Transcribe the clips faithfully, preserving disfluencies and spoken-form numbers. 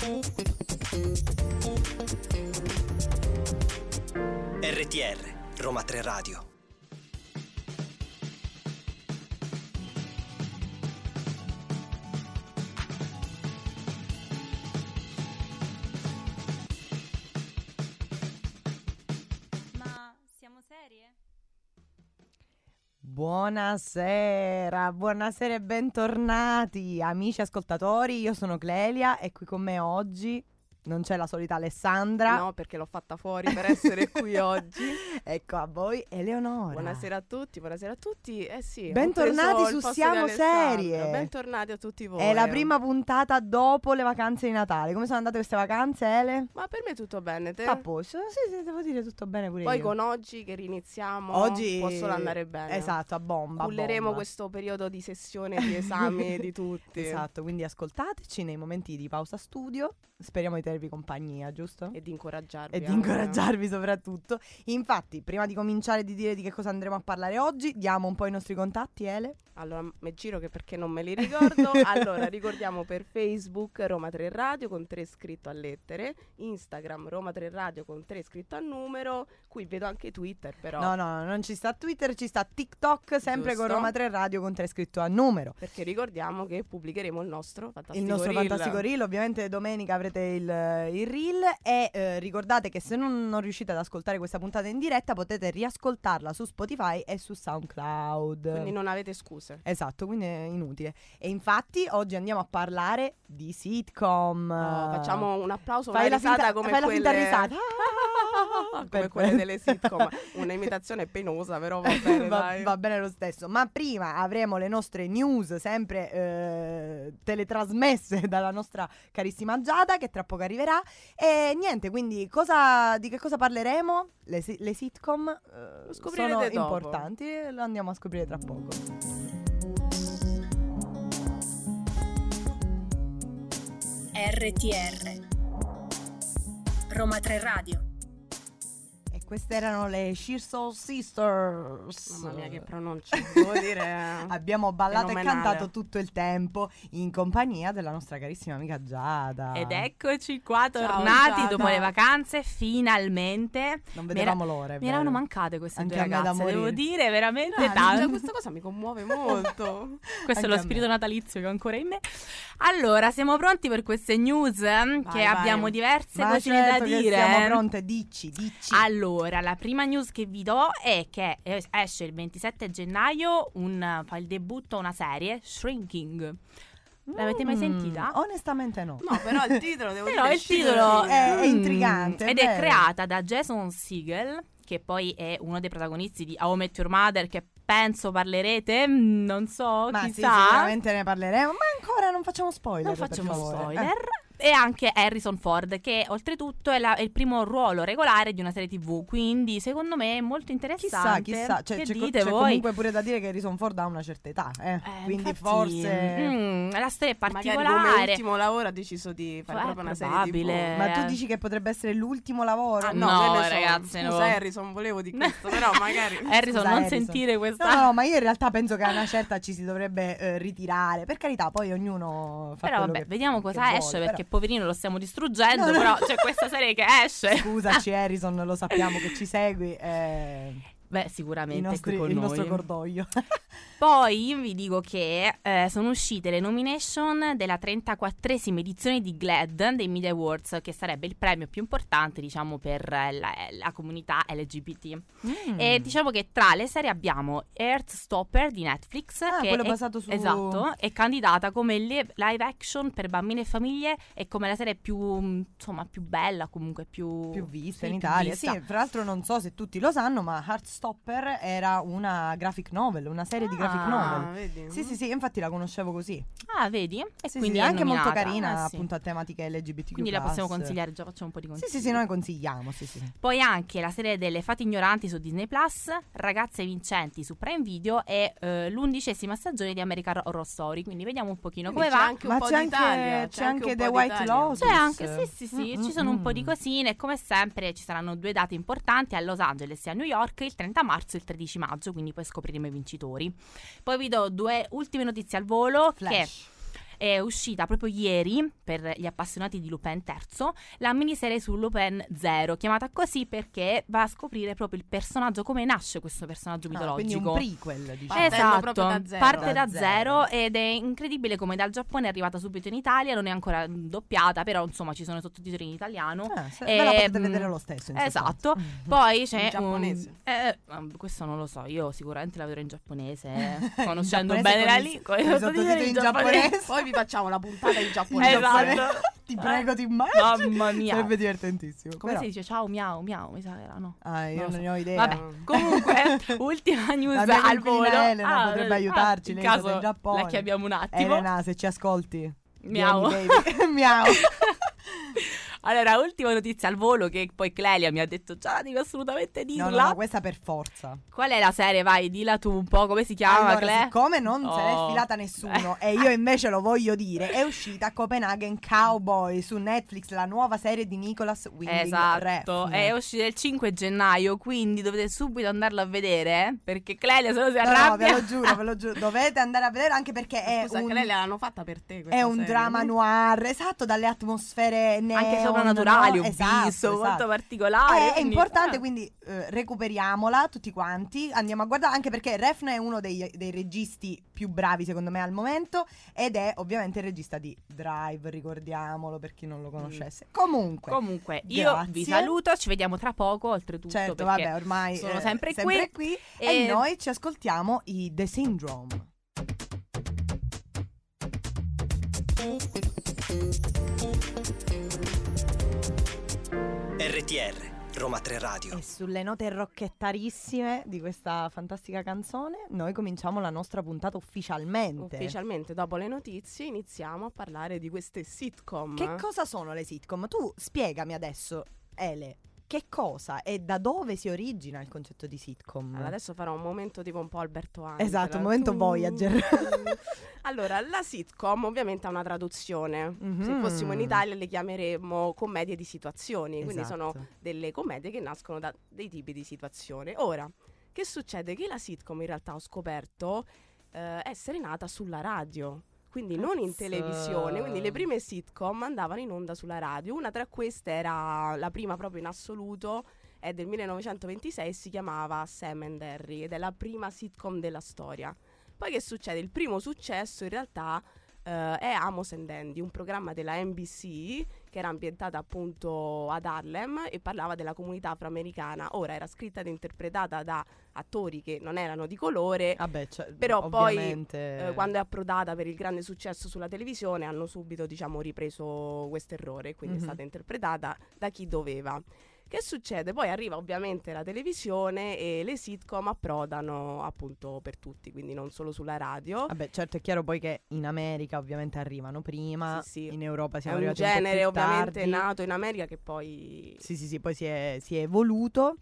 R T R Roma tre Radio. Ma siamo serie? Buonasera, buonasera e bentornati amici ascoltatori, io sono Clelia e qui con me oggi non c'è la solita Alessandra. No, perché l'ho fatta fuori per essere qui oggi. Ecco a voi Eleonora. Buonasera a tutti, buonasera a tutti. Eh sì, bentornati su su Siamo Serie. Bentornati a tutti voi. È la prima puntata dopo le vacanze di Natale. Come sono andate queste vacanze, Ele? Ma per me tutto bene, te? A posto, sì, sì, devo dire tutto bene pure Poi io. con oggi che riniziamo Oggi può solo andare bene. Esatto, a bomba. Culleremo bomba. questo periodo di sessione di esami di tutti. Esatto, quindi ascoltateci nei momenti di pausa studio. Speriamo di tenervi compagnia, giusto? E di incoraggiarvi. E di anche. incoraggiarvi soprattutto. Infatti, prima di cominciare di dire di che cosa andremo a parlare oggi, diamo un po' i nostri contatti, Ele. Allora, mi giro che perché non me li ricordo. Allora, ricordiamo per Facebook Roma tre Radio con tre scritto a lettere, Instagram Roma tre Radio con tre scritto a numero. Qui vedo anche Twitter, però. No, no, non ci sta Twitter, ci sta TikTok, sempre Giusto. con Roma tre Radio con tre scritto a numero. Perché ricordiamo che pubblicheremo il nostro fantastico Il nostro reel. fantastico reel, ovviamente domenica avrete il, il reel e eh, ricordate che se non, non riuscite ad ascoltare questa puntata in diretta potete riascoltarla su Spotify e su SoundCloud. Quindi non avete scuse. Esatto, quindi è inutile. E infatti oggi andiamo a parlare di sitcom. Oh, facciamo un applauso, Fai una la risata finta, come fai quelle la finta risata. come Per quelle quello. delle sitcom. Una imitazione penosa, però va bene, va, dai. va bene lo stesso. Ma prima avremo le nostre news sempre eh, teletrasmesse dalla nostra carissima Giada, che tra poco arriverà. E niente, quindi cosa, di che cosa parleremo? Le, si- le sitcom eh, Lo scoprirete sono dopo. importanti e lo andiamo a scoprire tra poco. R T R Roma tre Radio. E queste erano le Shearsall Sisters. Mamma mia, che pronuncia. Devo dire. Abbiamo ballato e fenomenale. cantato tutto il tempo in compagnia della nostra carissima amica Giada. Ed eccoci qua, Ciao, tornati Giada. dopo le vacanze, finalmente. Non Mi vedevamo era- l'ora, è Mi erano vero. mancate queste Anche due a me da ragazze, devo morire. dire, veramente Dai, tanto. già questa cosa mi commuove molto. Questo Anche è lo a me. spirito natalizio che ho ancora in me. Allora, siamo pronti per queste news? eh, che vai. abbiamo diverse Ma cosine certo da che dire. siamo pronte, dici, dici. Allora, la prima news che vi do è che eh, esce il ventisette gennaio un, fa il debutto una serie, Shrinking. L'avete mai Mm, sentita? Onestamente no. No, però il titolo devo Però dire il titolo È- è mm, intrigante, è ed è vero. creata da Jason Segel, che poi è uno dei protagonisti di How I Met Your Mother, che penso parlerete, mm, non so, Ma sì, chissà. sicuramente ne parleremo. Ma ancora non facciamo spoiler. Non per facciamo favore. spoiler. E anche Harrison Ford, che oltretutto è, la- è il primo ruolo regolare di una serie tivù, quindi secondo me è molto Eh, chissà, interessante. chissà. Cioè, che c'è, co- dite c'è voi? comunque pure da dire che Harrison Ford ha una certa età, eh. Eh, Quindi infatti, forse. mm, la storia è Magari come particolare. ultimo lavoro ha deciso di fare Eh, proprio una serie probabile. tivù. Ma tu dici che potrebbe essere l'ultimo lavoro? Ah, no, che ne so. ragazze, no. Scusa Harrison, volevo di questo, però magari. Harrison, Scusa, non Harrison. sentire questa. No, no, ma io in realtà penso che a una certa ci si dovrebbe eh, ritirare. Per carità, poi ognuno fa Però quello vabbè, che- vediamo che cosa vuole, esce, però- perché poverino lo stiamo distruggendo, No, no. però c'è questa serie che esce. Scusaci Harrison, lo sappiamo che ci segui. eh, Beh, i sicuramente è nostri- qui con il noi. nostro cordoglio. Poi vi dico che eh, sono uscite le nomination della trentaquattresima edizione di GLAAD dei Media Awards, che sarebbe il premio più importante, diciamo, per la, la comunità L G B T. Mm. E diciamo che tra le serie abbiamo Heartstopper di Netflix, Ah, che quello è, basato su- esatto, è candidata come li- live action per bambini e famiglie e come la serie più, insomma, più bella, comunque più, più vista sì, in più Italia. vista. Sì, tra l'altro non so se tutti lo sanno, ma Heartstopper era una graphic novel, una serie di graphic Ah, novel. vedi? Sì, sì, sì, infatti la conoscevo così. Ah, vedi? E Sì, quindi sì, è anche molto nominata. carina, Eh, sì. appunto a tematiche L G B T Q+. Quindi la possiamo consigliare, già facciamo un po' di Sì, consigli. sì, sì, noi consigliamo, sì, sì. Poi anche la serie delle fate ignoranti su Disney Plus, Ragazze vincenti su Prime Video e eh, l'undicesima stagione di American Horror Story. Quindi vediamo un pochino come Quindi c'è va. anche un Ma po' c'è anche- d'Italia, c'è anche un The po' White d'Italia. Lotus. C'è anche, sì, sì, sì, Mm, ci sono mm, un po' di mm. cosine. Come sempre ci saranno due date importanti a Los Angeles e a New York, il trenta marzo e il tredici maggio, quindi poi scopriremo i vincitori. Poi vi do due ultime notizie al volo. Flash. Che è uscita proprio ieri, per gli appassionati di Lupin terzo, la miniserie su Lupin Zero, chiamata così perché va a scoprire proprio il personaggio, come nasce questo personaggio Ah, quindi mitologico. un prequel, diciamo. Partendo Esatto, proprio da zero. parte Da da zero. zero ed è incredibile come dal Giappone è arrivata subito in Italia, non è ancora doppiata, però insomma ci sono i sottotitoli in italiano. Ah, se- ve la potete Ehm, vedere lo stesso. in Esatto, sostanza. poi c'è In giapponese. un- eh, eh, questo non lo so, io sicuramente la vedrò in giapponese, eh, conoscendo giapponese bene con la i- lingua. con i i sottotitoli sottotitoli in giapponese. Poi vi facciamo la puntata in giapponese. Esatto. Ti prego, ti immagini. Mamma mia. Sarebbe divertentissimo. Come però- si dice? Ciao miau miau, mi sa che era no. Ah, io Non lo non so. ne ho idea. Vabbè, comunque, ultima news La mia al volo. coinquilina Elena Ah, potrebbe ah, aiutarci, in lei è stata caso in Giappone. la chiamiamo un attimo. Elena, se ci ascolti. Miau. vieni, baby. Miau. Allora, ultima notizia al volo che poi Clelia mi ha detto già, devi assolutamente No, dirla. no, no, questa per forza. Qual è la serie? Vai, dilla tu un po', come si chiama, Allora, Cle? siccome non se l'è Oh. sfilata nessuno e io invece lo voglio dire, è uscita Copenaghen Cowboy su Netflix, la nuova serie di Nicholas Winding Esatto, Refn. è uscita il cinque gennaio, quindi dovete subito andarlo a vedere, eh, perché Clelia se no si No, no, arrabbia. ve lo giuro, ve lo giuro, dovete andare a vedere anche perché è Scusa, un, che lei l'hanno fatta per te questa è un serie, drama no? noir, esatto, dalle atmosfere neon, Anche soprannaturali, no? ho Esatto, visto, molto esatto. particolari. È, è quindi- importante, eh. quindi eh, recuperiamola tutti quanti, andiamo a guardare, anche perché Refn è uno dei, dei registi più bravi secondo me al momento ed è ovviamente il regista di Drive, ricordiamolo per chi non lo conoscesse. Comunque, Comunque, io Grazie. vi saluto, ci vediamo tra poco, oltretutto, certo, perché vabbè, ormai sono eh, sempre, sempre qui. qui e... e- noi ci ascoltiamo i The Syndrome. R T R, Roma tre Radio. E sulle note rocchettarissime di questa fantastica canzone, noi cominciamo la nostra puntata ufficialmente. Ufficialmente, dopo le notizie, iniziamo a parlare di queste sitcom. Che cosa sono le sitcom? Tu spiegami adesso, Ele, che cosa e da dove si origina il concetto di sitcom? Allora, adesso farò un momento tipo un po' Alberto Angela. Esatto, un momento Tu- Voyager. Allora, la sitcom ovviamente ha una traduzione. Mhm. Se fossimo in Italia le chiameremmo commedie di situazioni. Quindi Esatto. sono delle commedie che nascono da dei tipi di situazione. Ora, che succede? Che la sitcom in realtà ho scoperto eh, essere nata sulla radio. Quindi non in Cazzo. televisione, quindi le prime sitcom andavano in onda sulla radio. Una tra queste era la prima proprio in assoluto, è del millenovecentoventisei e si chiamava Sam and Harry ed è la prima sitcom della storia. Poi che succede? Il primo successo in realtà eh, è Amos and Andy, un programma della N B C che era ambientata appunto ad Harlem e parlava della comunità afroamericana. Ora era scritta ed interpretata da attori che non erano di colore. Vabbè, cioè, Però poi, ovviamente... Eh, quando è approdata per il grande successo sulla televisione hanno subito diciamo ripreso questo errore, quindi Mhm. è stata interpretata da chi doveva. Che succede? Poi arriva ovviamente la televisione e le sitcom approdano appunto per tutti, quindi non solo sulla radio. Vabbè, certo è chiaro poi che in America ovviamente arrivano prima, Sì, sì. in Europa È siamo un arrivati un po' genere più ovviamente tardi. nato in America che poi... Sì, sì, sì, poi si è, si è evoluto.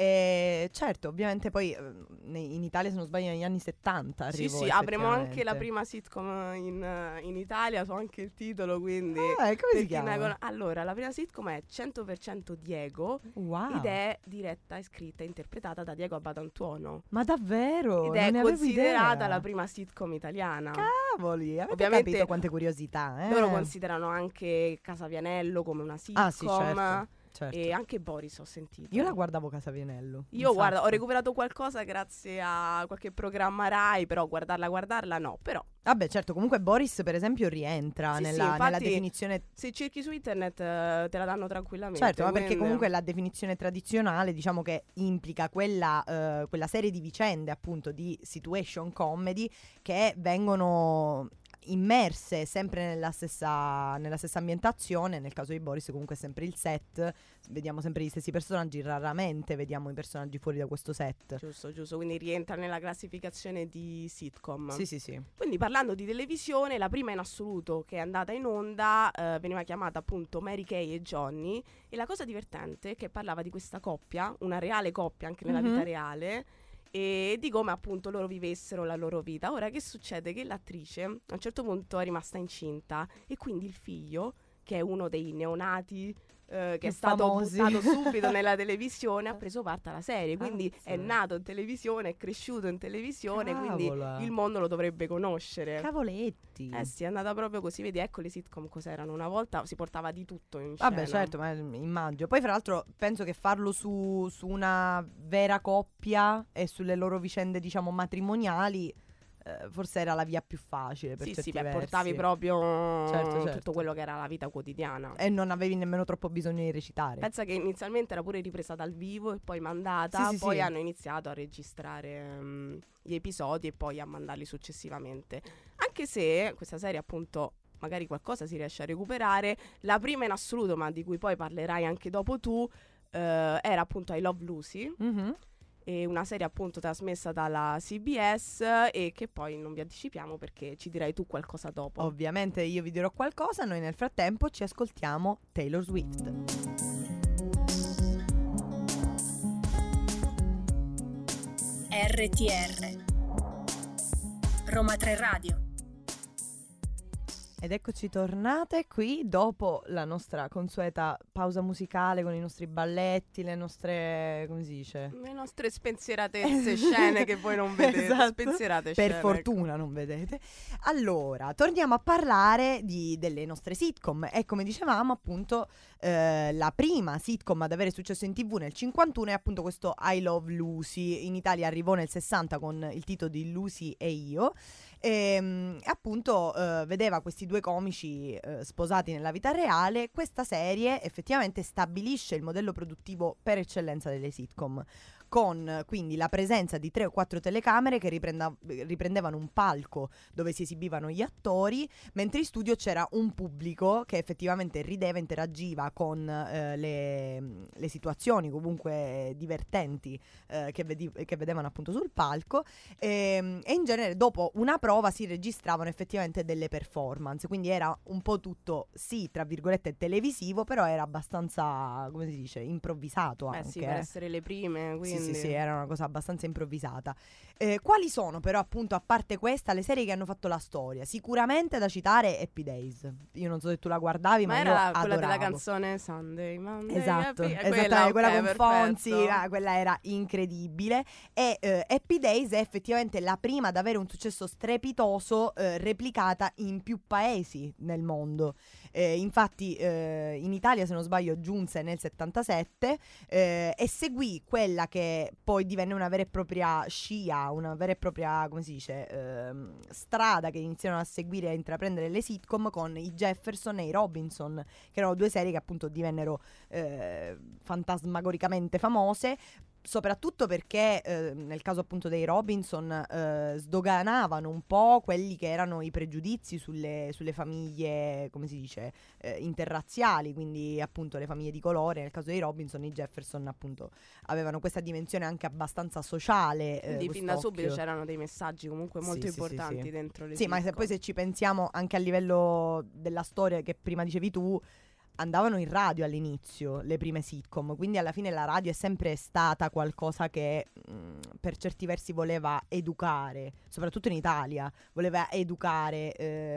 E certo, ovviamente poi eh, ne- in Italia, se non sbaglio, negli anni settanta Sì, arrivò sì, avremo anche la effettivamente. prima sitcom in, eh, in Italia, so anche il titolo, quindi... Ah, e come per si chi ne chiama? con- Allora, la prima sitcom è cento per cento Diego Wow. ed è diretta, e scritta e interpretata da Diego Abatantuono. Ma davvero? Ed Non è ne avevo considerata idea. la prima sitcom italiana. Cavoli, avete Ovviamente capito quante curiosità, eh? Loro considerano anche Casavianello come una sitcom. Ah, sì, certo, certo. E anche Boris ho sentito. Io la guardavo Casavianello. Io un guarda, ho sacco. recuperato qualcosa grazie a qualche programma Rai, però guardarla, guardarla no. Però Vabbè, certo, comunque Boris per esempio rientra Sì, sì, nella, nella infatti- definizione. se cerchi su internet eh, te la danno tranquillamente. Certo, ma perché quindi- comunque la definizione tradizionale diciamo che implica quella, eh, quella serie di vicende appunto di situation comedy che vengono immerse sempre nella stessa, nella stessa ambientazione. Nel caso di Boris comunque è sempre il set, vediamo sempre gli stessi personaggi, raramente vediamo i personaggi fuori da questo set. Giusto, giusto, quindi rientra nella classificazione di sitcom. Sì, sì, sì. Quindi parlando di televisione, la prima in assoluto che è andata in onda eh, veniva chiamata appunto Mary Kay e Johnny, e la cosa divertente è che parlava di questa coppia, una reale coppia anche nella Mhm. vita reale, e di come appunto loro vivessero la loro vita. Ora che succede? Che l'attrice a un certo punto è rimasta incinta e quindi il figlio, che è uno dei neonati eh, che Più è stato famosi. buttato subito nella televisione, ha preso parte alla serie, quindi Cazzo. è nato in televisione, è cresciuto in televisione, quindi Cavola. il mondo lo dovrebbe conoscere. Cavoletti. Eh sì, è andata proprio così, vedi, ecco le sitcom cos'erano. Una volta si portava di tutto in Vabbè, scena. certo, ma immagino. Poi, fra l'altro, penso che farlo su, su una vera coppia e sulle loro vicende, diciamo, matrimoniali, eh, forse era la via più facile per Sì, certi sì, beh, versi. portavi proprio Certo, tutto certo. quello che era la vita quotidiana. E non avevi nemmeno troppo bisogno di recitare. Pensa che inizialmente era pure ripresa dal vivo e poi mandata, Sì, sì, poi sì. hanno iniziato a registrare mm, gli episodi e poi a mandarli successivamente. Anche se questa serie appunto magari qualcosa si riesce a recuperare, la prima in assoluto, ma di cui poi parlerai anche dopo tu, eh, era appunto I Love Lucy, Mhm. e una serie appunto trasmessa dalla C B S e che poi non vi anticipiamo perché ci dirai tu qualcosa dopo. Ovviamente io vi dirò qualcosa, noi nel frattempo ci ascoltiamo Taylor Swift. R T R Roma tre Radio. Ed eccoci tornate qui dopo la nostra consueta pausa musicale con i nostri balletti, le nostre, come si dice? Le nostre spensieratezze scene che voi non vedete. Esatto. Spensierate Per scene, fortuna non vedete. Allora, torniamo a parlare di, delle nostre sitcom. E come dicevamo, appunto, eh, la prima sitcom ad avere successo in tivù nel cinquantuno è appunto questo I Love Lucy. In Italia arrivò nel sessanta con il titolo di Lucy e io. E appunto eh, vedeva questi due comici eh, sposati nella vita reale. Questa serie effettivamente stabilisce il modello produttivo per eccellenza delle sitcom, con eh, quindi la presenza di tre o quattro telecamere che riprenda- riprendevano un palco dove si esibivano gli attori, mentre in studio c'era un pubblico che effettivamente rideva, interagiva con eh, le, le situazioni comunque divertenti eh, che, vedi- che vedevano appunto sul palco, e, e in genere dopo una prova si registravano effettivamente delle performance, quindi era un po' tutto, sì, tra virgolette televisivo, però era abbastanza, come si dice, improvvisato Eh anche. sì, per essere le prime, quindi Sì, sì, sì, era una cosa abbastanza improvvisata. Eh, quali sono però appunto, a parte questa, le serie che hanno fatto la storia? Sicuramente da citare Happy Days. Io non so se tu la guardavi, ma, Ma io era quella adoravo. della canzone Sunday, Monday, Esatto, Happy- esattamente, quella, quella, ok, con perfetto. Fonzi, ah, quella era incredibile. E eh, Happy Days è effettivamente la prima ad avere un successo strepitoso, eh, replicata in più paesi nel mondo. Eh, infatti eh, in Italia, se non sbaglio, giunse nel settantasette eh, e seguì quella che poi divenne una vera e propria scia, una vera e propria, come si dice, ehm, strada che iniziarono a seguire e a intraprendere le sitcom con i Jefferson e i Robinson, che erano due serie che appunto divennero eh, fantasmagoricamente famose, soprattutto perché eh, nel caso appunto dei Robinson eh, sdoganavano un po' quelli che erano i pregiudizi sulle, sulle famiglie, come si dice, eh, interrazziali, quindi appunto le famiglie di colore. Nel caso dei Robinson, i Jefferson appunto avevano questa dimensione anche abbastanza sociale, eh, Quindi fin da quest'occhio. subito c'erano dei messaggi comunque Sì, molto sì, sì, importanti sì. dentro le Sì, ma se sitcom. poi se ci pensiamo anche a livello della storia che prima dicevi tu, andavano in radio all'inizio le prime sitcom, quindi alla fine la radio è sempre stata qualcosa che mh, per certi versi voleva educare, soprattutto in Italia, voleva educare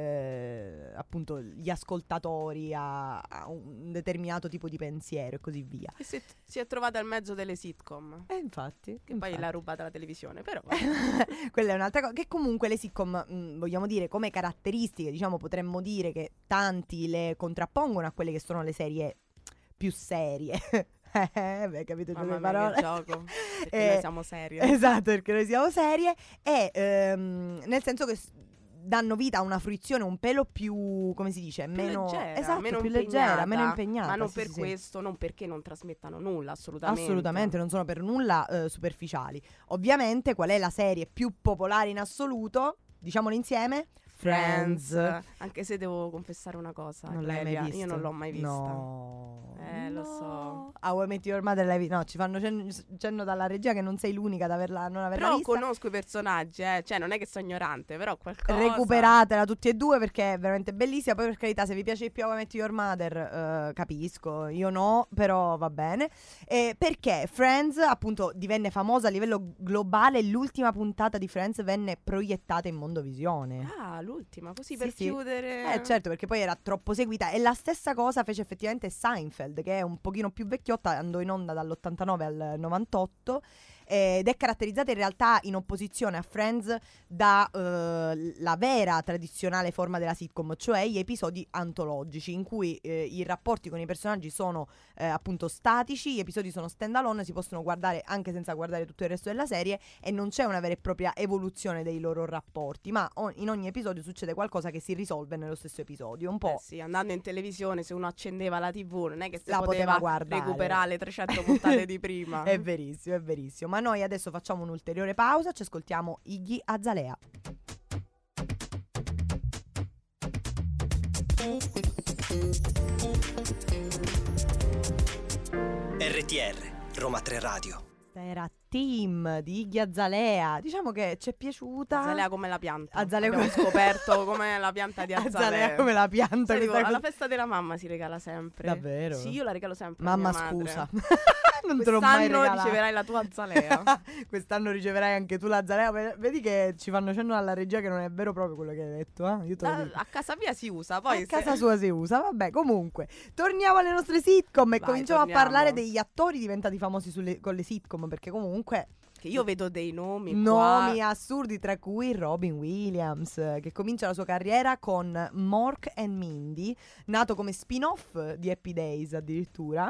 eh, appunto gli ascoltatori a, a un determinato tipo di pensiero e così via. E si, si è trovata al mezzo delle sitcom. E infatti, Che poi l'ha rubata la televisione, però quella è un'altra cosa. Che comunque le sitcom, mh, vogliamo dire, come caratteristiche, diciamo, potremmo dire che tanti le contrappongono a quelle che sono le serie più serie. Eh, beh, capito il mamma gioco di mia parole? che gioco, perché Eh, noi siamo serie. Esatto, perché noi siamo serie. E ehm, nel senso che s- danno vita a una fruizione un pelo più, come si dice, Più meno leggera, esatto, meno più impegnata, leggera, meno impegnata. Ma non sì, per sì, sì. questo, non perché non trasmettano nulla, assolutamente. Assolutamente, non sono per nulla eh, superficiali. Ovviamente, qual è la serie più popolare in assoluto? Diciamolo insieme. Friends. Anche se devo confessare una cosa, Non l'hai Clelia, mai vista? io non l'ho mai vista. No. Eh, lo No. so. How I Met Your Mother l'hai vista? No, ci fanno cenno, cenno dalla regia che non sei l'unica ad averla, non averla Però vista. conosco i personaggi, eh. Cioè non è che sono ignorante, però qualcosa. Recuperatela tutti e due perché è veramente bellissima. Poi per carità, se vi piace di più How I Met Your Mother, eh, capisco, io no, però va bene. Eh, perché Friends appunto divenne famosa a livello globale. L'ultima puntata di Friends venne proiettata in Mondovisione. Ah, l'ultima, così Sì, per sì. chiudere. Eh certo, perché poi era troppo seguita. E la stessa cosa fece effettivamente Seinfeld, che è un pochino più vecchiotta, andò in onda dall'ottantanove al novantotto, ed è caratterizzata in realtà in opposizione a Friends da eh, la vera tradizionale forma della sitcom, cioè gli episodi antologici, in cui eh, i rapporti con i personaggi sono eh, appunto statici, gli episodi sono stand alone, si possono guardare anche senza guardare tutto il resto della serie, e non c'è una vera e propria evoluzione dei loro rapporti, ma o- in ogni episodio succede qualcosa che si risolve nello stesso episodio, un po'. Eh sì, andando in televisione, se uno accendeva la tivù, non è che si La poteva poteva, guardare. recuperare le trecento puntate di prima. È verissimo, è verissimo. Ma noi adesso facciamo un'ulteriore pausa, ci ascoltiamo Iggy Azalea. R T R, Roma tre Radio. Era Team di Iggy Azalea. Diciamo che ci è piaciuta. Azalea come la pianta. Azalea Abbiamo come- scoperto come la pianta di Azalea. Azalea come la pianta. Sai, tipo, questa alla cosa- festa della mamma si regala sempre. Davvero? Sì, io la regalo sempre. a Mamma mia madre. scusa. Non te l'ho mai Quest'anno regalata. riceverai la tua Azalea. Quest'anno riceverai anche tu l'Azalea. Ve- Vedi che ci fanno cenno alla regia che non è vero proprio quello che hai detto, eh? Io te lo Da- dico. a casa mia si usa, poi A se- casa sua si usa, vabbè, comunque torniamo alle nostre sitcom e Vai, cominciamo torniamo. a parlare degli attori diventati famosi sulle- con le sitcom, perché comunque che io vedo dei nomi nomi qua. assurdi, tra cui Robin Williams, eh, che comincia la sua carriera con Mork and Mindy, nato come spin-off di Happy Days addirittura.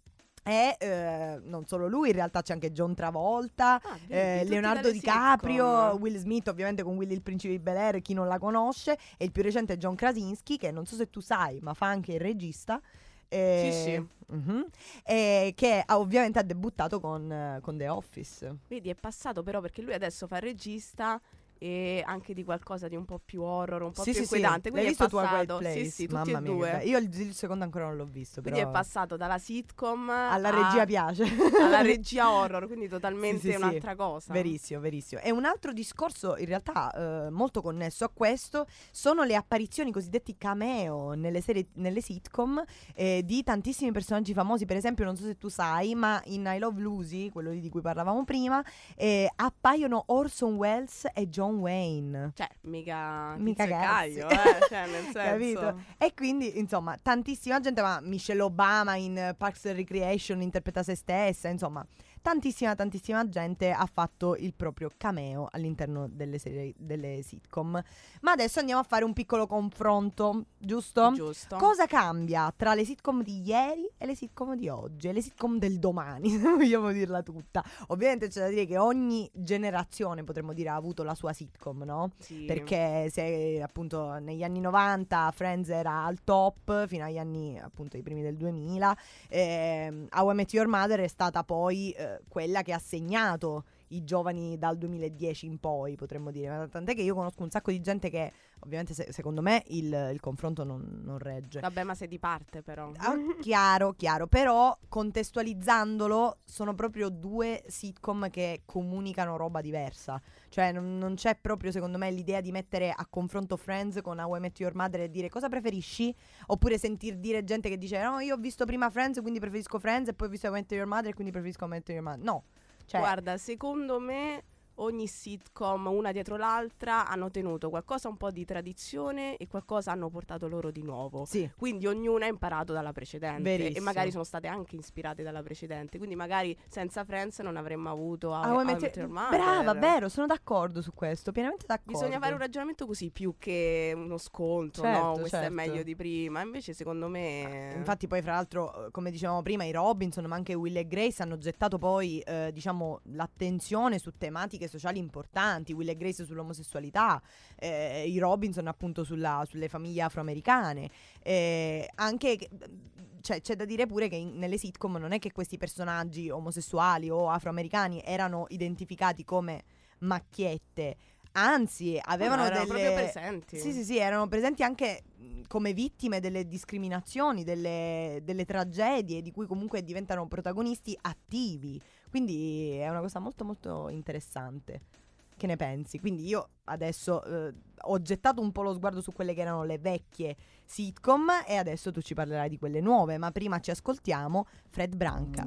E eh, non solo lui, in realtà c'è anche John Travolta, Ah, vedi, eh, tutti Leonardo dalle DiCaprio, sitcom. Will Smith ovviamente con Willy il principe di Bel-Air, chi non la conosce, e il più recente è John Krasinski, che non so se tu sai ma fa anche il regista. eh, Sì, sì. mhm, eh, che ha, ovviamente ha debuttato con, eh, con The Office. Vedi, è passato però perché lui adesso fa il regista e anche di qualcosa di un po' più horror, un po' Sì, più sì, sì. inquietante. L'hai Quindi visto è tu a Quiet passato. Place? Sì, sì, tutti Mamma e mia, che due. bello. Io il, il secondo ancora non l'ho visto, Quindi però è passato dalla sitcom alla a- regia piace. alla regia horror, quindi totalmente Sì, sì, sì. un'altra cosa. Verissimo, verissimo. E un altro discorso in realtà eh, molto connesso a questo sono le apparizioni cosiddetti cameo nelle serie, nelle sitcom, eh, di tantissimi personaggi famosi. Per esempio, non so se tu sai, ma in I Love Lucy, quello lì di cui parlavamo prima, eh, appaiono Orson Welles e John Wayne. Cioè, mica Mica Tizio e cazzi. Caio, eh, cioè, nel senso. Capito? E quindi, insomma, tantissima gente, ma Michelle Obama in eh, Parks and Recreation interpreta se stessa, insomma, tantissima, tantissima gente ha fatto il proprio cameo all'interno delle serie, delle sitcom. Ma adesso andiamo a fare un piccolo confronto, giusto? Giusto. Cosa cambia tra le sitcom di ieri e le sitcom di oggi e le sitcom del domani, se vogliamo dirla tutta? Ovviamente c'è da dire che ogni generazione, potremmo dire, ha avuto la sua sitcom, no? Sì. Perché se appunto negli anni novanta Friends era al top fino agli anni appunto i primi del duemila, ehm, How I Met Your Mother è stata poi eh, quella che ha segnato i giovani dal duemiladieci in poi, potremmo dire. Ma tant'è che io conosco un sacco di gente che ovviamente se- secondo me il, il confronto non, non regge. Vabbè, ma sei di parte però. Ah, chiaro, chiaro, però contestualizzandolo sono proprio due sitcom che comunicano roba diversa. Cioè non, non c'è proprio secondo me l'idea di mettere a confronto Friends con How I Met Your Mother e dire cosa preferisci, oppure sentir dire gente che dice no, io ho visto prima Friends quindi preferisco Friends e poi ho visto How I Met Your Mother e quindi preferisco How I Met Your Mother. No, cioè, Guarda, secondo me ogni sitcom, una dietro l'altra, hanno tenuto qualcosa un po' di tradizione e qualcosa hanno portato loro di nuovo. sì. Quindi ognuna ha imparato dalla precedente. Verissimo. E magari sono state anche ispirate dalla precedente. Quindi magari senza Friends non avremmo avuto How, How I How I Met Met Your- Your Mother. Brava, vero, sono d'accordo su questo, pienamente d'accordo. Bisogna fare un ragionamento così più che uno scontro, Certo, no? Questo certo. è meglio di prima. Invece secondo me... Infatti poi fra l'altro, eh, come dicevamo prima, i Robinson ma anche Will e Grace hanno gettato poi eh, diciamo l'attenzione su tematiche sociali importanti. Will e Grace sull'omosessualità, eh, i Robinson appunto sulla- sulle famiglie afroamericane, eh, anche che- cioè, c'è da dire pure che in- nelle sitcom non è che questi personaggi omosessuali o afroamericani erano identificati come macchiette, anzi avevano No, erano delle proprio presenti. sì, sì, sì, erano presenti anche mh, come vittime delle discriminazioni, delle, delle tragedie di cui comunque diventano protagonisti attivi. Quindi è una cosa molto molto interessante. Che ne pensi? Quindi io adesso eh, ho gettato un po' lo sguardo su quelle che erano le vecchie sitcom e adesso tu ci parlerai di quelle nuove, ma prima ci ascoltiamo Fred Branca.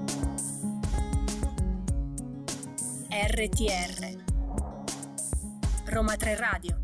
R T R Roma tre Radio.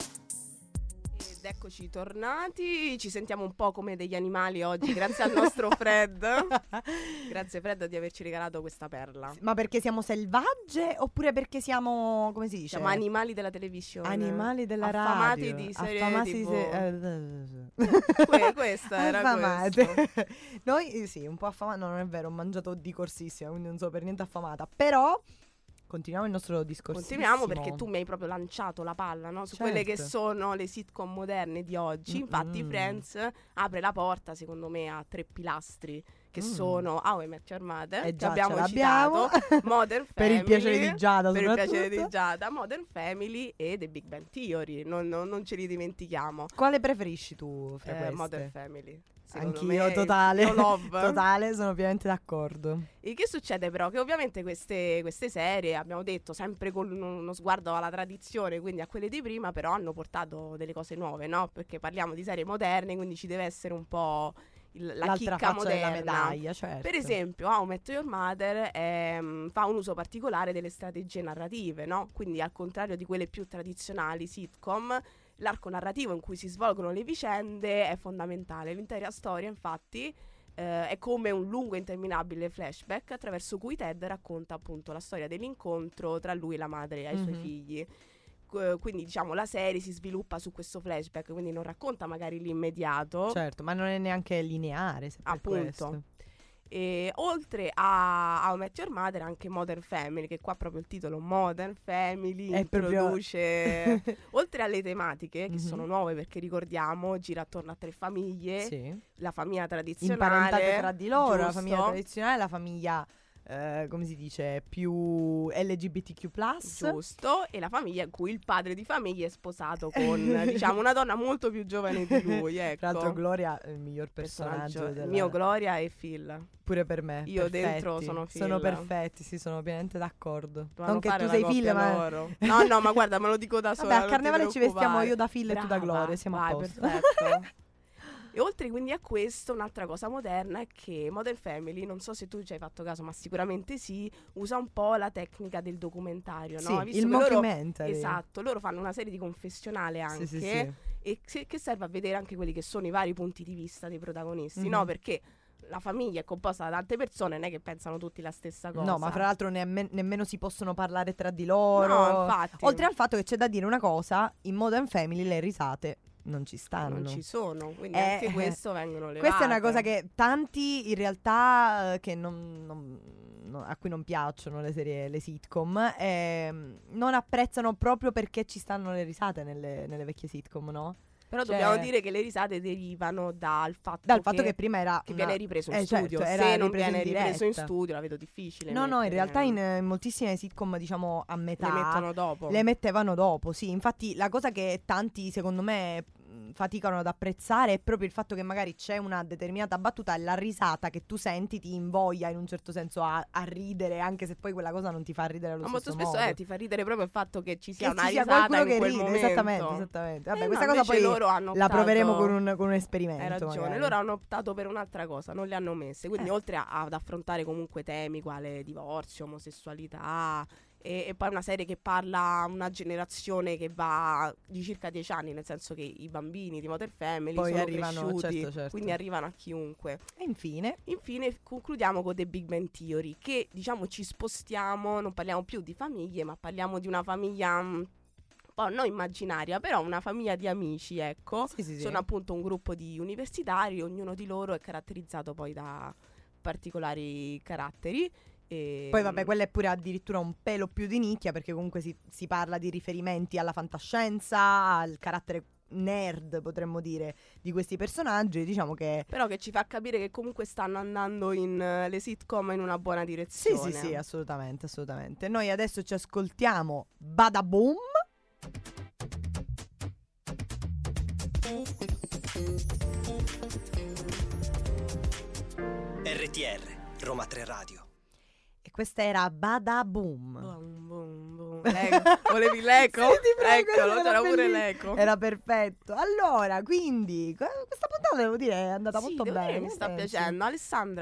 Ed eccoci tornati, ci sentiamo un po' come degli animali oggi, grazie al nostro Fred. Grazie Fred di averci regalato questa perla. Ma perché siamo selvagge oppure perché siamo, come si dice? Siamo animali della televisione. Animali della affamati radio. di serie Affamati tipo... di se- Que- questa era affamate. questo. Noi eh, sì, un po' affamata, no, non è vero, ho mangiato di corsissima, quindi non sono per niente affamata, però continuiamo il nostro discorso. Continuiamo perché tu mi hai proprio lanciato la palla, no? Su Certo. quelle che sono le sitcom moderne di oggi. Infatti Mm-mm. Friends apre la porta, secondo me, a tre pilastri che Mm. sono How I Met Your Mother, Eh che già, abbiamo ce l'abbiamo. citato, Modern Per Family, il piacere di Giada, per il piacere soprattutto. di Giada, Modern Family e The Big Bang Theory, non, non- non ce li dimentichiamo. Quale preferisci tu fra Eh, queste? Modern Family. Secondo Anch'io, me, totale. io love. Totale, sono ovviamente d'accordo. E che succede però? Che ovviamente queste, queste serie, abbiamo detto, sempre con uno sguardo alla tradizione, quindi a quelle di prima, però hanno portato delle cose nuove, no? Perché parliamo di serie moderne, quindi ci deve essere un po' il- la L'altra chicca faccia della moderna. medaglia, certo. Per esempio, How I Met Your Mother ehm, fa un uso particolare delle strategie narrative, no? Quindi al contrario di quelle più tradizionali sitcom, l'arco narrativo in cui si svolgono le vicende è fondamentale. L'intera storia, infatti, eh, è come un lungo e interminabile flashback attraverso cui Ted racconta appunto la storia dell'incontro tra lui e la madre e i suoi Mhm. figli. Qu- Quindi diciamo la serie si sviluppa su questo flashback, quindi non racconta magari l'immediato, Certo, ma non è neanche lineare, se per Appunto. questo. e oltre a How I Met Your Mother anche Modern Family, che qua proprio il titolo Modern Family È proprio- introduce oltre alle tematiche che Mhm. sono nuove, perché ricordiamo gira attorno a tre famiglie, Sì. la famiglia tradizionale Imparentate tra di loro, la giusto? famiglia tradizionale, la famiglia, eh, come si dice, più L G B T Q plus. Giusto, e la famiglia in cui il padre di famiglia è sposato con diciamo una donna molto più giovane di lui, ecco. Tra l'altro Gloria è il miglior personaggio, Personaggio- della- il mio Gloria e Phil. pure per me. Io perfetti. dentro sono Phil. Sono perfetti, sì, sono pienamente d'accordo. Dovevano Non che fare tu la sei coppia Phil, ma loro. No, no, ma guarda, me lo dico da sola. vabbè, a non ti carnevale ci vestiamo preoccupare. io da Phil e tu da Brava, Gloria, siamo vai, a posto. perfetto. E oltre quindi a questo, un'altra cosa moderna è che Modern Family, non so se tu ci hai fatto caso, ma sicuramente sì, usa un po' la tecnica del documentario, Sì, no? Visto il che loro- mockumentary. Esatto, loro fanno una serie di confessionale anche, Sì, sì, sì. e se- che serve a vedere anche quelli che sono i vari punti di vista dei protagonisti, Mhm. no? Perché la famiglia è composta da tante persone, non è che pensano tutti la stessa cosa. No, ma fra l'altro neemme- nemmeno si possono parlare tra di loro. No, infatti. Oltre al fatto che c'è da dire una cosa, in Modern Family le risate non ci stanno. non ci sono, quindi Eh, anche questo vengono levate. Questa è una cosa che tanti in realtà eh, che non, non- non- a cui non piacciono le serie, le sitcom, ehm, non apprezzano proprio perché ci stanno le risate nelle, nelle vecchie sitcom, no? Però cioè- dobbiamo dire che le risate derivano dal fatto, Dal fatto che, che prima era che una- viene ripreso in eh, certo, studio. era Se non ripreso in viene ripreso in diretta. studio la vedo difficile. No, no, in mettere- realtà in, in moltissime sitcom, diciamo, a metà le mettono dopo. le mettevano dopo, sì. Infatti la cosa che tanti, secondo me, mh, faticano ad apprezzare è proprio il fatto che magari c'è una determinata battuta e la risata che tu senti ti invoglia in un certo senso a, a ridere, anche se poi quella cosa non ti fa ridere allo Ma molto stesso spesso modo. eh, ti fa ridere proprio il fatto che ci Che sia una ci sia risata qualcuno in che quel ride, momento. esattamente, esattamente. Vabbè, Eh no, questa cosa invece poi loro hanno la proveremo optato- con un, con un esperimento. Hai ragione, magari. loro hanno optato per un'altra cosa, non le hanno messe. Quindi Eh. oltre a- ad affrontare comunque temi quale divorzio, omosessualità e, e poi una serie che parla a una generazione che va di circa dieci anni, nel senso che i bambini di Modern Family Poi sono arrivano, cresciuti, certo, certo. quindi arrivano a chiunque. E infine, Infine concludiamo con The Big Bang Theory, che diciamo ci spostiamo, non parliamo più di famiglie, ma parliamo di una famiglia mm, un po' non immaginaria, però una famiglia di amici, ecco. sì, sì, sì. Sono appunto un gruppo di universitari, ognuno di loro è caratterizzato poi da particolari caratteri. E Poi vabbè, quella è pure addirittura un pelo più di nicchia, perché comunque si, si parla di riferimenti alla fantascienza, al carattere nerd, potremmo dire, di questi personaggi. Diciamo che però che ci fa capire che comunque stanno andando in eh, le sitcom in una buona sì, direzione. sì, sì, assolutamente, assolutamente. Noi adesso ci ascoltiamo Badaboom. R T R, Roma tre Radio. E questa era Badaboom. Boom, boom, boom. L'eco. Volevi l'eco? Sì, ti prego, Eccolo, era c'era pure bellissimo. l'eco. Era perfetto. Allora, quindi que- questa puntata devo dire è andata Sì, molto devo bene. dire che mi che sta pensi? piacendo. Alessandra,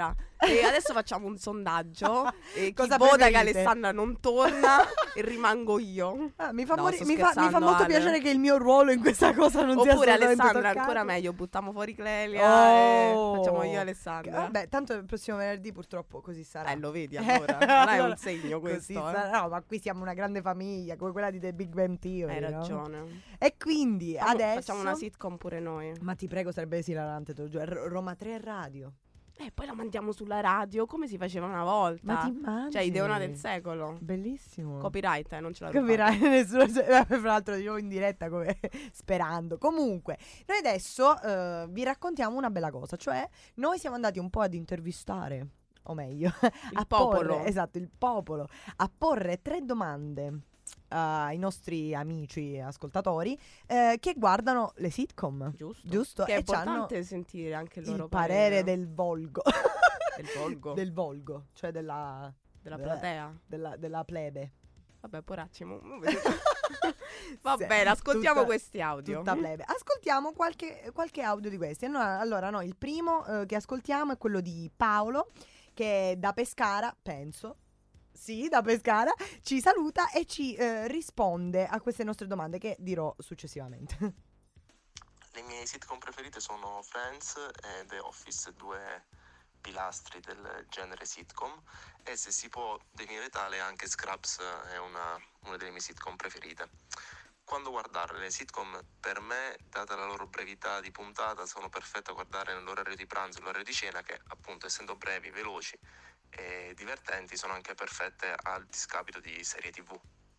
E adesso facciamo un sondaggio. E chi Cosa vota preferite? che Alessandra non torna e rimango io. Ah, mi fa, No, mori- sto mi fa- mi fa scherzando, molto Ale. piacere che il mio ruolo in questa cosa non sia Oppure assolutamente Alessandra, toccato. ancora meglio, buttiamo fuori Clelia Oh. e facciamo io e Alessandra. Vabbè, tanto il prossimo venerdì purtroppo così sarà. Eh, lo vedi allora, non è Allora, un segno così questo, eh. sarà. No, ma qui siamo una grande famiglia, come quella di The Big Bang Theory. Hai no? ragione. E quindi Facciamo- adesso Facciamo una sitcom pure noi. Ma ti prego, sarebbe esilarante, te lo giuro. R- Roma tre Radio. E poi la mandiamo sulla radio come si faceva una volta. Ma ti immagini? Cioè, ideona del secolo. Bellissimo. Copyright, eh, non ce la Capirai, nessuno. Fra l'altro, io in diretta come sperando. Comunque, noi adesso eh, vi raccontiamo una bella cosa. Cioè, noi siamo andati un po' ad intervistare, o meglio, Il a popolo. porre, esatto, il popolo, a porre tre domande uh, ai nostri amici ascoltatori eh, che guardano le sitcom. Giusto. Giusto? Che è E c'hanno importante sentire anche il il loro parere del volgo. del volgo. del volgo, cioè della della Beh. platea. della, della plebe. Vabbè, poracci. mo- mo vedete. Va Sì, bene, ascoltiamo tutta- questi audio. Tutta plebe. Ascoltiamo qualche, qualche audio di questi. Allora, allora no, il primo eh, che ascoltiamo è quello di Paolo, che è da Pescara, penso. Sì, da Pescara, ci saluta e ci eh, risponde a queste nostre domande che dirò successivamente. Le mie sitcom preferite sono Friends e The Office, due pilastri del genere sitcom, e se si può definire tale anche Scrubs è una, una delle mie sitcom preferite. Quando guardarle le sitcom, per me, data la loro brevità di puntata, sono perfette a guardare nell'orario di pranzo e nell'orario di cena, che appunto essendo brevi, veloci e divertenti sono anche perfette al discapito di serie tv.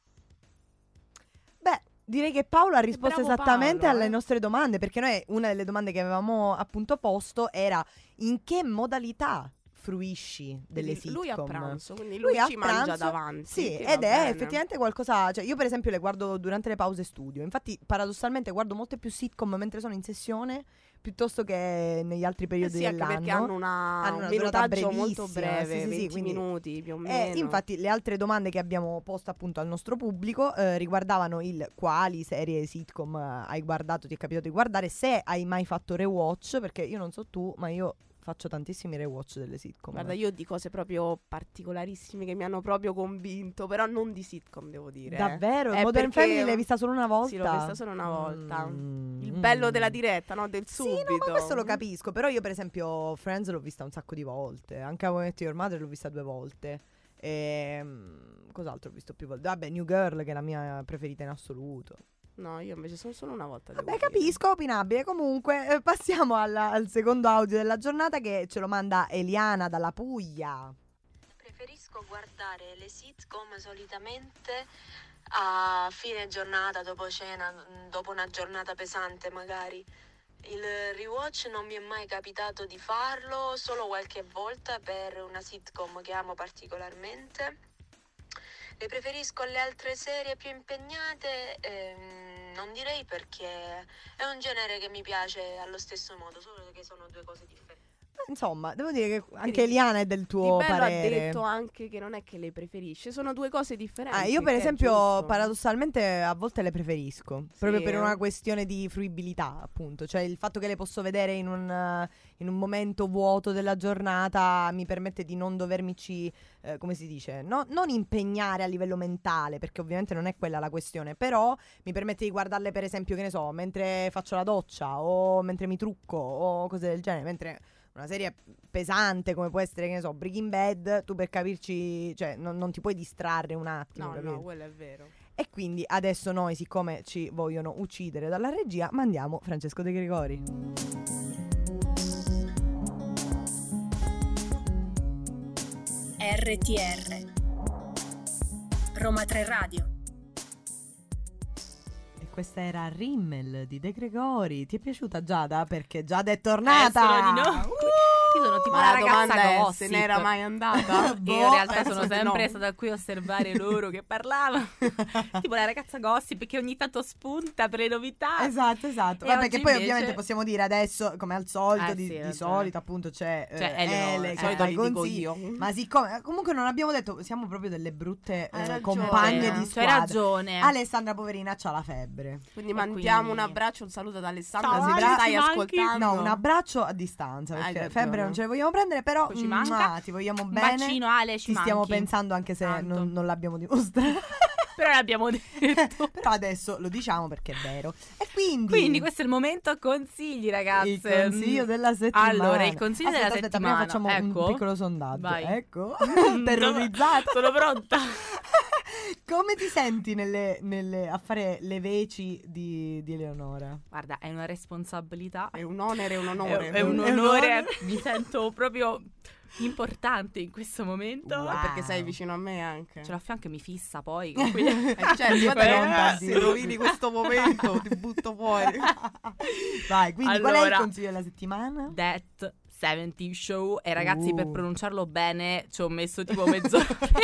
Beh, direi che Paolo ha risposto bravo esattamente Paolo, alle eh. nostre domande, perché noi una delle domande che avevamo appunto posto era in che modalità fruisci delle Quindi sitcom. lui a pranzo, quindi lui, Lui a ci mangia pranzo, davanti. Sì, che ed va è bene. effettivamente qualcosa. Cioè, io, per esempio, le guardo durante le pause studio. Infatti, paradossalmente, guardo molte più sitcom mentre sono in sessione piuttosto che negli altri Eh periodi sì, anche dell'anno. perché hanno, una, Hanno un una durata minutaggio molto brevissima, breve, sì, sì, sì, venti quindi- minuti più o Eh, meno. infatti, le altre domande che abbiamo posto appunto al nostro pubblico eh, riguardavano il quali serie sitcom eh, hai guardato, ti è capitato di guardare, se hai mai fatto rewatch, perché io non so tu, ma io faccio tantissimi rewatch delle sitcom. Guarda, io di cose proprio particolarissime che mi hanno proprio convinto, però non di sitcom, devo dire. Davvero? Eh, Modern perché- Family l'hai vista solo una volta? Sì, l'ho vista solo una volta. Mm. Il bello della diretta, no? Del subito. Sì, no, ma questo lo capisco. Però io, per esempio, Friends l'ho vista un sacco di volte. Anche How I Met Your Mother l'ho vista due volte. E mm, cos'altro ho visto più volte? Vabbè, New Girl, che è la mia preferita in assoluto. No, io invece sono solo una volta. devo Vabbè, dire. capisco, opinabile. Comunque, eh, passiamo alla- al secondo audio della giornata, che ce lo manda Eliana dalla Puglia. Preferisco guardare le sitcom solitamente a fine giornata, dopo cena, mh, dopo una giornata pesante magari. Il rewatch non mi è mai capitato di farlo, solo qualche volta per una sitcom che amo particolarmente. Le preferisco alle altre serie più impegnate, ehm, non direi perché è un genere che mi piace allo stesso modo, solo che sono due cose differenti. Insomma, devo dire che anche Quindi, Eliana è del Di tuo bello parere. ha detto anche che non è che le preferisce, sono due cose differenti. Ah, io per che è esempio giusto. paradossalmente a volte le preferisco, proprio Sì, per eh. una questione di fruibilità, appunto, cioè il fatto che le posso vedere in un, eh, in un momento vuoto della giornata mi permette di non dovermici, eh, come si dice, no- non impegnare a livello mentale, perché ovviamente non è quella la questione, però mi permette di guardarle, per esempio, che ne so, mentre faccio la doccia o mentre mi trucco o cose del genere, mentre una serie pesante come può essere, che ne so, Breaking Bad, tu per capirci, cioè non, non ti puoi distrarre un attimo, No, capito? no, quello è vero. E quindi adesso noi, siccome ci vogliono uccidere dalla regia, mandiamo Francesco De Gregori. R T R Roma tre Radio. E questa era Rimmel di De Gregori. Ti è piaciuta Giada? Perché Giada è tornata! Eh, solo di no. Io sono tipo Ma la la domanda ragazza è, gossip. se n'era mai andata? Io in realtà Penso sono di sempre no. stata qui a osservare loro che parlavano. Tipo la ragazza gossip che ogni tanto spunta per le novità. Esatto, esatto. E Vabbè, oggi che poi invece- ovviamente possiamo dire adesso, come al solito, Eh, di, sì, di ragione. solito appunto c'è, Cioè, eh, Eleonora, Ele eh. che Solito fa i li dico consigli. io. Ma siccome comunque non abbiamo detto, siamo proprio delle brutte Hai eh, ragione. compagne di C'hai squadra. ragione. Alessandra poverina c'ha la febbre. Quindi E mandiamo quindi- un abbraccio, un saluto ad Alessandra Ciao, se Ale, ci stai ci manchi? ascoltando. No, un abbraccio a distanza, Hai perché ragione, febbre non ce le vogliamo prendere, però Ci manca. mua, ti vogliamo Un bene. bacino, Ale, ci Ti stiamo manchi. pensando anche se Tanto. non, non l'abbiamo dimostrato. Però l'abbiamo detto. Però adesso lo diciamo perché è vero. E quindi Quindi questo è il momento consigli, ragazze. il consiglio della settimana. Allora, il consiglio aspetta, della aspetta, settimana. prima facciamo Ecco. un piccolo sondaggio. Vai. Ecco. Mm, Terrorizzata. Sono pronta. Come ti senti nelle, nelle- a fare le veci di, di Eleonora? Guarda, è una responsabilità. È un onere, è un È, onore. è un È un onore. onore. Mi sento proprio importante in questo momento. Wow. Perché sei vicino a me anche. Ce l'ho a fianco e mi fissa poi. Quindi... Eh, certo, guarda Eh, che pronta, se sì. rovini questo momento ti butto fuori. Vai, quindi qual è il Allora. consiglio della settimana? That settanta Show. E ragazzi, Uh. per pronunciarlo bene ci ho messo tipo mezz'ora.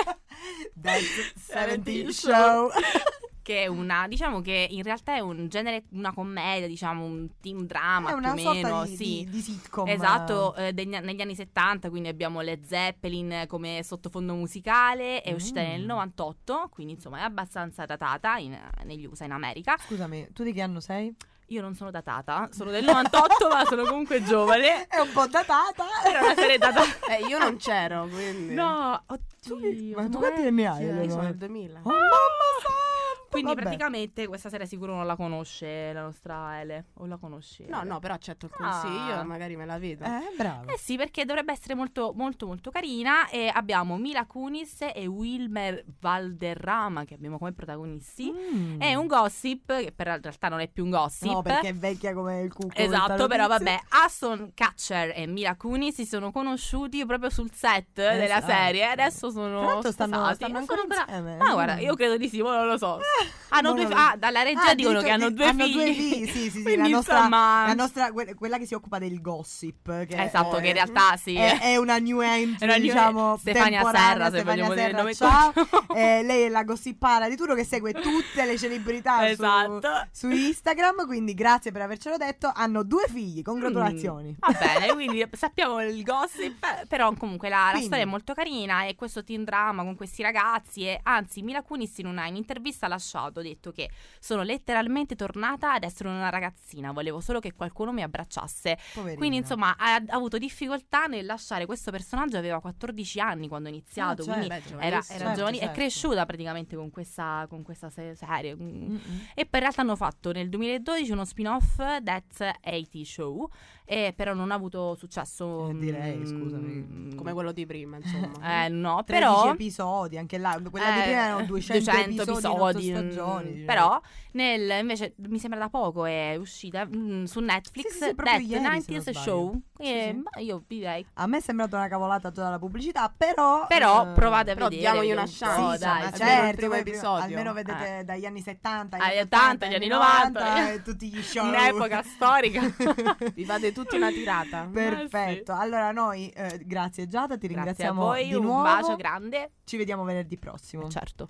That's settanta settanta Show. Show. Che è una, diciamo che in realtà è un genere, una commedia, diciamo, un team drama È una più o sorta meno, di, sì. di, di sitcom. Esatto, eh, degli- negli anni settanta, quindi abbiamo Led Zeppelin come sottofondo musicale, è uscita Mm. nel novantotto, quindi insomma è abbastanza datata in- negli U S A, in America. Scusami, tu di che anno sei? Io non sono datata, sono del novantotto, ma sono comunque giovane. È un po' datata. Era una serie datata. Eh, io non c'ero, quindi. No, Tu, oddio. ma tu no, quanti eh. anni hai? Io sono Eleonora? del duemila. Oh, mamma santa, Quindi vabbè. praticamente questa serie sicuro non la conosce la nostra Ele, o la conosce? No, no, però accetto il Ah. consiglio e magari me la vedo. Eh, bravo. Eh sì, perché dovrebbe essere molto molto molto carina e abbiamo Mila Kunis e Wilmer Valderrama che abbiamo come protagonisti. Mm. È un gossip, che per in realtà non è più un gossip. No, perché è vecchia come il cucco. Esatto, questa però notizia. vabbè, Aston Kutcher e Mila Kunis si sono conosciuti proprio sul set della Esatto. serie. Adesso sono Tra l'altro stanno, sposati. stanno Ma ancora sono bra- insieme. Ma guarda, Mm. io credo di sì, ma non lo so. Hanno Ma due non fi- lo- ah, dalla regia Ah, dicono che hanno due hanno figli. due figli, sì, sì, sì, Quindi, la nostra, insomma- la nostra que- quella che si occupa del gossip. Che Esatto, è, che in realtà sì. è, è una new entry, È una new- diciamo, Stefania temporanea, Serra, se Stefania vogliamo dire il Serra, nome ciao. completo. Eh, lei è la gossipara di turno che segue tutte le celebrità su- Esatto. su, Instagram, quindi grazie per avercelo detto. Hanno due figli, congratulazioni. Mm, va bene, quindi sappiamo il gossip, eh, però comunque la, la Quindi- storia è molto carina e questo teen drama con questi ragazzi e anzi Mila Kunis in una in intervista ha lasciato, ha detto che sono letteralmente tornata ad essere una ragazzina, volevo solo che qualcuno mi abbracciasse. Poverina. Quindi insomma ha, ha avuto difficoltà nel lasciare questo personaggio, aveva quattordici anni quando ha iniziato, Ah, quindi Beh, era, giovanissimo. era certo, giovani- certo. è cresciuta praticamente con questa, con questa se- serie. Mm. Mm-mm. E poi in realtà hanno fatto nel duemiladodici uno spin-off, That's ottanta Show, e però non ha avuto successo. Eh, direi, mm, scusami. Come quello di prima, insomma. Eh no, tredici però episodi, anche là, quella di eh, prima erano duecento, episodi, in otto mm, stagioni. però nel, invece mi sembra da poco è uscita mm, su Netflix Sì, sì, sì, proprio That ieri, se non novanta sbaglio. Show. Sì, E, sì. ma io direi A me è sembrata una cavolata tutta la pubblicità, però però eh, provate a però vedere. diamogli vediamo una un po', chance, Sì, dai, ma sì. sì. almeno il certo, primo poi episodio. almeno vedete dagli anni settanta, Agli agli ottanta, agli anni novanta, e tutti gli show. Un'epoca storica. Vi fate tutti una tirata. Perfetto. Allora noi eh, grazie Giada, ti Grazie a ringraziamo voi, di un nuovo. bacio grande. Ci vediamo venerdì prossimo. Certo.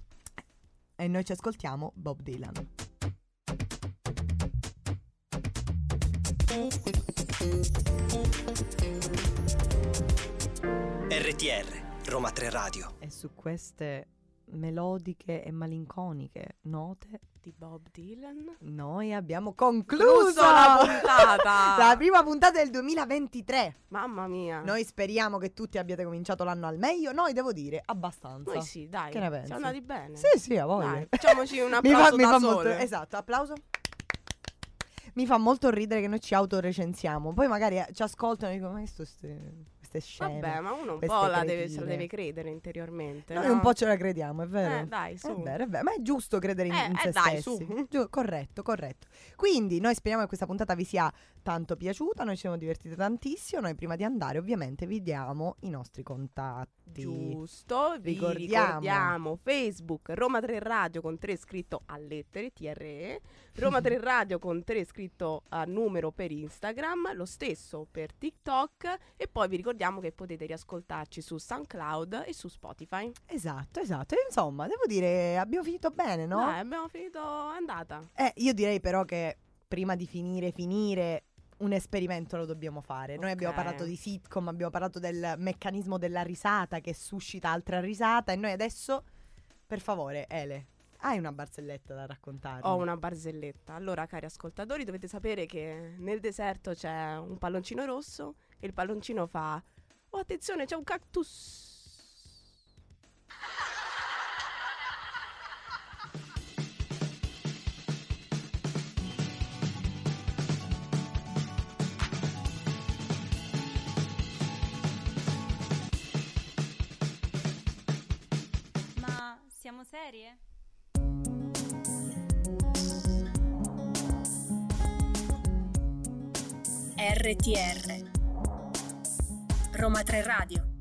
E noi ci ascoltiamo Bob Dylan. R T R, Roma tre Radio. E su queste melodiche e malinconiche note Di Bob Dylan. noi abbiamo concluso Concluso la puntata. la prima puntata del duemilaventitré. Mamma mia. Noi speriamo che tutti abbiate cominciato l'anno al meglio. Noi devo dire abbastanza. Noi sì, dai. Che ne pensi? Siamo andati bene. Sì, sì, a voi. Dai, facciamoci un mi applauso fa, mi da fa sole. molto, esatto, applauso. Mi fa molto ridere che noi ci autorecensiamo. Poi magari eh, ci ascoltano e dicono: ma questo ste, queste scene. Vabbè, ma uno un queste po' la deve, se cretine." la deve credere interiormente. Noi no? un po' ce la crediamo, è vero? Eh, dai, su. È vero, è vero, ma è giusto credere in, Eh, in eh, se dai, stessi. su. Giu- corretto, corretto. Quindi noi speriamo che questa puntata vi sia tanto piaciuta, noi ci siamo divertiti tantissimo. Noi prima di andare ovviamente vi diamo i nostri contatti. Giusto, vi Ricordiamo. ricordiamo Facebook Roma tre Radio con tre scritto a lettere, T R E, Roma tre Radio con tre scritto a numero per Instagram, lo stesso per TikTok e poi vi ricordiamo che potete riascoltarci su SoundCloud e su Spotify. Esatto, esatto. E insomma, devo dire, abbiamo finito bene, no? Dai, abbiamo finito, è andata. Eh, io direi però che prima di finire, finire, un esperimento lo dobbiamo fare. Noi Ok. abbiamo parlato di sitcom, abbiamo parlato del meccanismo della risata che suscita altra risata e noi adesso, per favore, Ele, hai una barzelletta da raccontare? Ho una barzelletta. Allora, cari ascoltatori, dovete sapere che nel deserto c'è un palloncino rosso E il palloncino fa: oh, attenzione, c'è un cactus. Ma siamo serie? R T R Roma tre Radio.